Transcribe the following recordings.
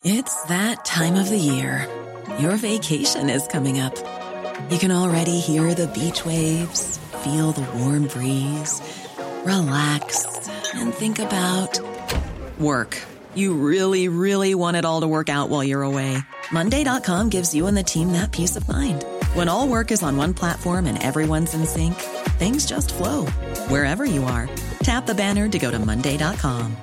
It's that time of the year. Your vacation is coming up. You can already hear the beach waves, feel the warm breeze, relax, and think about work. You really, really want it all to work out while you're away. Monday.com gives you and the team that peace of mind. When all work is on one platform and everyone's in sync, things just flow. Wherever you are, tap the banner to go to Monday.com.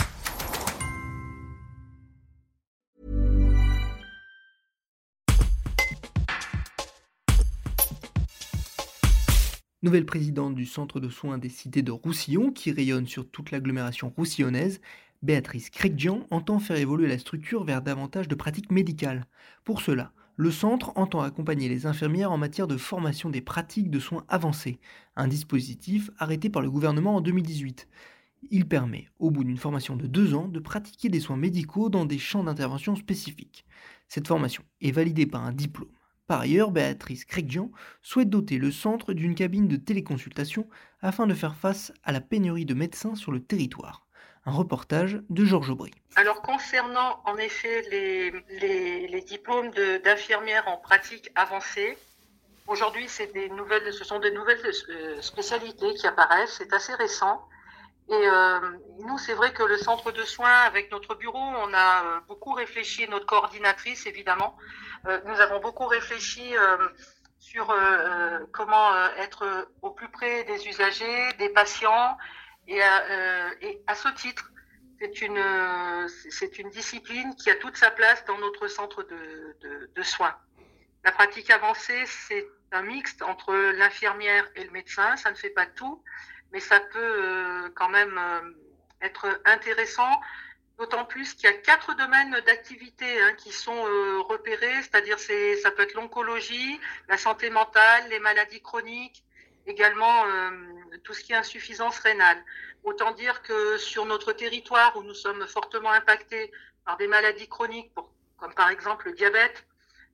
Nouvelle présidente du centre de soins des cités de Roussillon, qui rayonne sur toute l'agglomération roussillonnaise, Béatrice Crecjian entend faire évoluer la structure vers davantage de pratiques médicales. Pour cela, le centre entend accompagner les infirmières en matière de formation des pratiques de soins avancés, un dispositif arrêté par le gouvernement en 2018. Il permet, au bout d'une formation de 2 ans, de pratiquer des soins médicaux dans des champs d'intervention spécifiques. Cette formation est validée par un diplôme. Par ailleurs, Béatrice Crecjian souhaite doter le centre d'une cabine de téléconsultation afin de faire face à la pénurie de médecins sur le territoire. Un reportage de Georges Aubry. Alors concernant en effet les diplômes d'infirmières en pratique avancée, aujourd'hui ce sont de nouvelles spécialités qui apparaissent, c'est assez récent. Et nous, c'est vrai que le centre de soins, avec notre bureau, on a beaucoup réfléchi, et notre coordinatrice évidemment, nous avons beaucoup réfléchi sur comment être au plus près des usagers, des patients, et à ce titre, c'est une discipline qui a toute sa place dans notre centre de soins. La pratique avancée, c'est un mixte entre l'infirmière et le médecin, ça ne fait pas tout, mais ça peut quand même être intéressant, d'autant plus qu'il y a 4 domaines d'activité qui sont repérés, c'est-à-dire ça peut être l'oncologie, la santé mentale, les maladies chroniques, également tout ce qui est insuffisance rénale. Autant dire que sur notre territoire où nous sommes fortement impactés par des maladies chroniques, comme par exemple le diabète,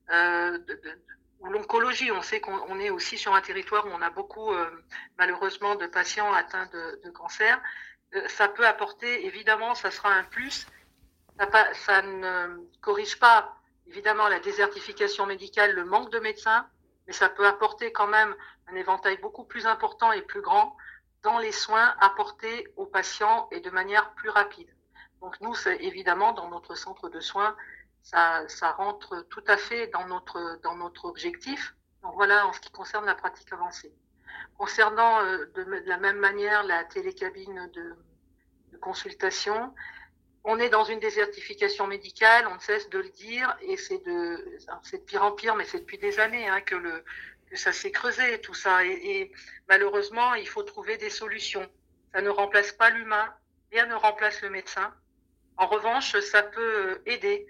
ou l'oncologie, on sait qu'on est aussi sur un territoire où on a beaucoup, malheureusement, de patients atteints de cancer. Ça peut apporter, évidemment, ça sera un plus. Ça ne corrige pas, évidemment, la désertification médicale, le manque de médecins, mais ça peut apporter quand même un éventail beaucoup plus important et plus grand dans les soins apportés aux patients et de manière plus rapide. Donc nous, c'est évidemment, dans notre centre de soins, ça rentre tout à fait dans notre objectif. Donc voilà, en ce qui concerne la pratique avancée. Concernant de la même manière la télécabine de consultation, on est dans une désertification médicale, on ne cesse de le dire, et c'est de pire en pire, mais c'est depuis des années que ça s'est creusé, tout ça. Et malheureusement, il faut trouver des solutions. Ça ne remplace pas l'humain, rien ne remplace le médecin. En revanche, ça peut aider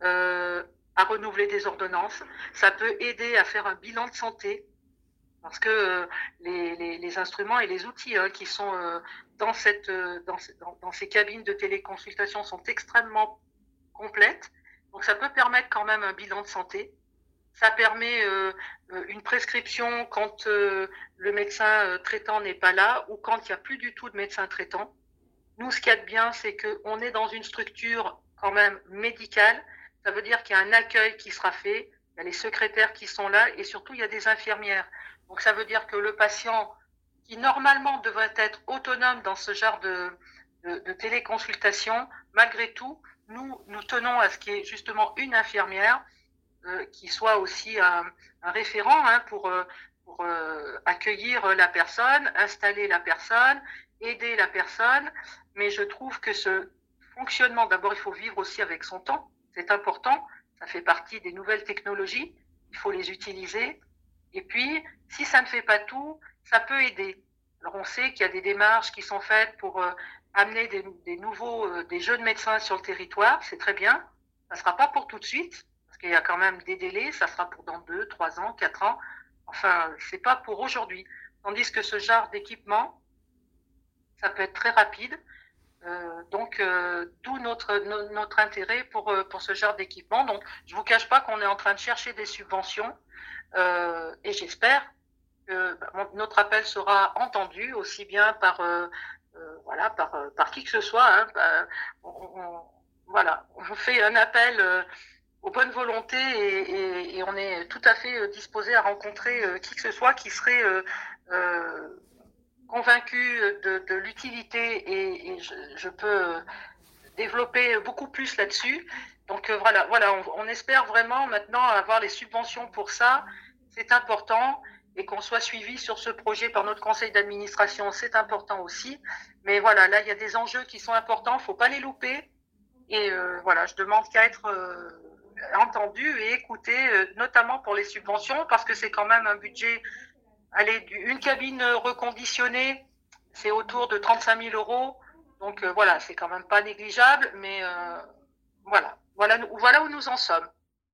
à renouveler des ordonnances, ça peut aider à faire un bilan de santé, parce que les instruments et les outils qui sont dans ces cabines de téléconsultation sont extrêmement complètes, donc ça peut permettre quand même un bilan de santé. Ça permet une prescription quand le médecin traitant n'est pas là ou quand il n'y a plus du tout de médecin traitant. Nous, ce qu'il y a de bien, c'est qu'on est dans une structure quand même médicale. Ça veut dire qu'il y a un accueil qui sera fait, il y a les secrétaires qui sont là et surtout il y a des infirmières. Donc ça veut dire que le patient qui normalement devrait être autonome dans ce genre de téléconsultation, malgré tout, nous tenons à ce qu'il y ait justement une infirmière qui soit aussi un référent pour accueillir la personne, installer la personne, aider la personne. Mais je trouve que ce fonctionnement, d'abord il faut vivre aussi avec son temps. C'est important, ça fait partie des nouvelles technologies, il faut les utiliser. Et puis, si ça ne fait pas tout, ça peut aider. Alors on sait qu'il y a des démarches qui sont faites pour amener des jeunes médecins sur le territoire, c'est très bien. Ça ne sera pas pour tout de suite, parce qu'il y a quand même des délais, ça sera pour dans 2, 3 ans, 4 ans. Enfin, c'est pas pour aujourd'hui. Tandis que ce genre d'équipement, ça peut être très rapide. Donc, d'où notre intérêt pour ce genre d'équipement. Donc, je vous cache pas qu'on est en train de chercher des subventions et j'espère que notre appel sera entendu aussi bien par qui que ce soit. voilà, on fait un appel aux bonnes volontés et on est tout à fait disposé à rencontrer qui que ce soit qui serait convaincu de l'utilité et je peux développer beaucoup plus là-dessus. Donc voilà, on espère vraiment maintenant avoir les subventions pour ça. C'est important et qu'on soit suivi sur ce projet par notre conseil d'administration, c'est important aussi. Mais voilà, là il y a des enjeux qui sont importants, faut pas les louper. Et voilà, je demande qu'à être entendu et écouté, notamment pour les subventions, parce que c'est quand même un budget. Allez, une cabine reconditionnée, c'est autour de 35 000 €. Donc voilà, c'est quand même pas négligeable, mais voilà où nous en sommes.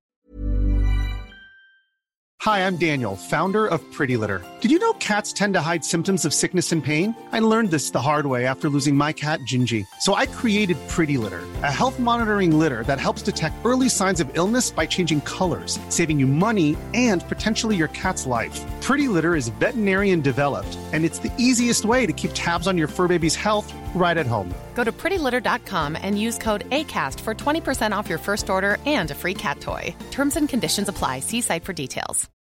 Hi, I'm Daniel, founder of Pretty Litter. Did you know cats tend to hide symptoms of sickness and pain? I learned this the hard way after losing my cat, Gingy. So I created Pretty Litter, a health monitoring litter that helps detect early signs of illness by changing colors, saving you money and potentially your cat's life. Pretty Litter is veterinarian developed, and it's the easiest way to keep tabs on your fur baby's health right at home. Go to prettylitter.com and use code ACAST for 20% off your first order and a free cat toy. Terms and conditions apply. See site for details.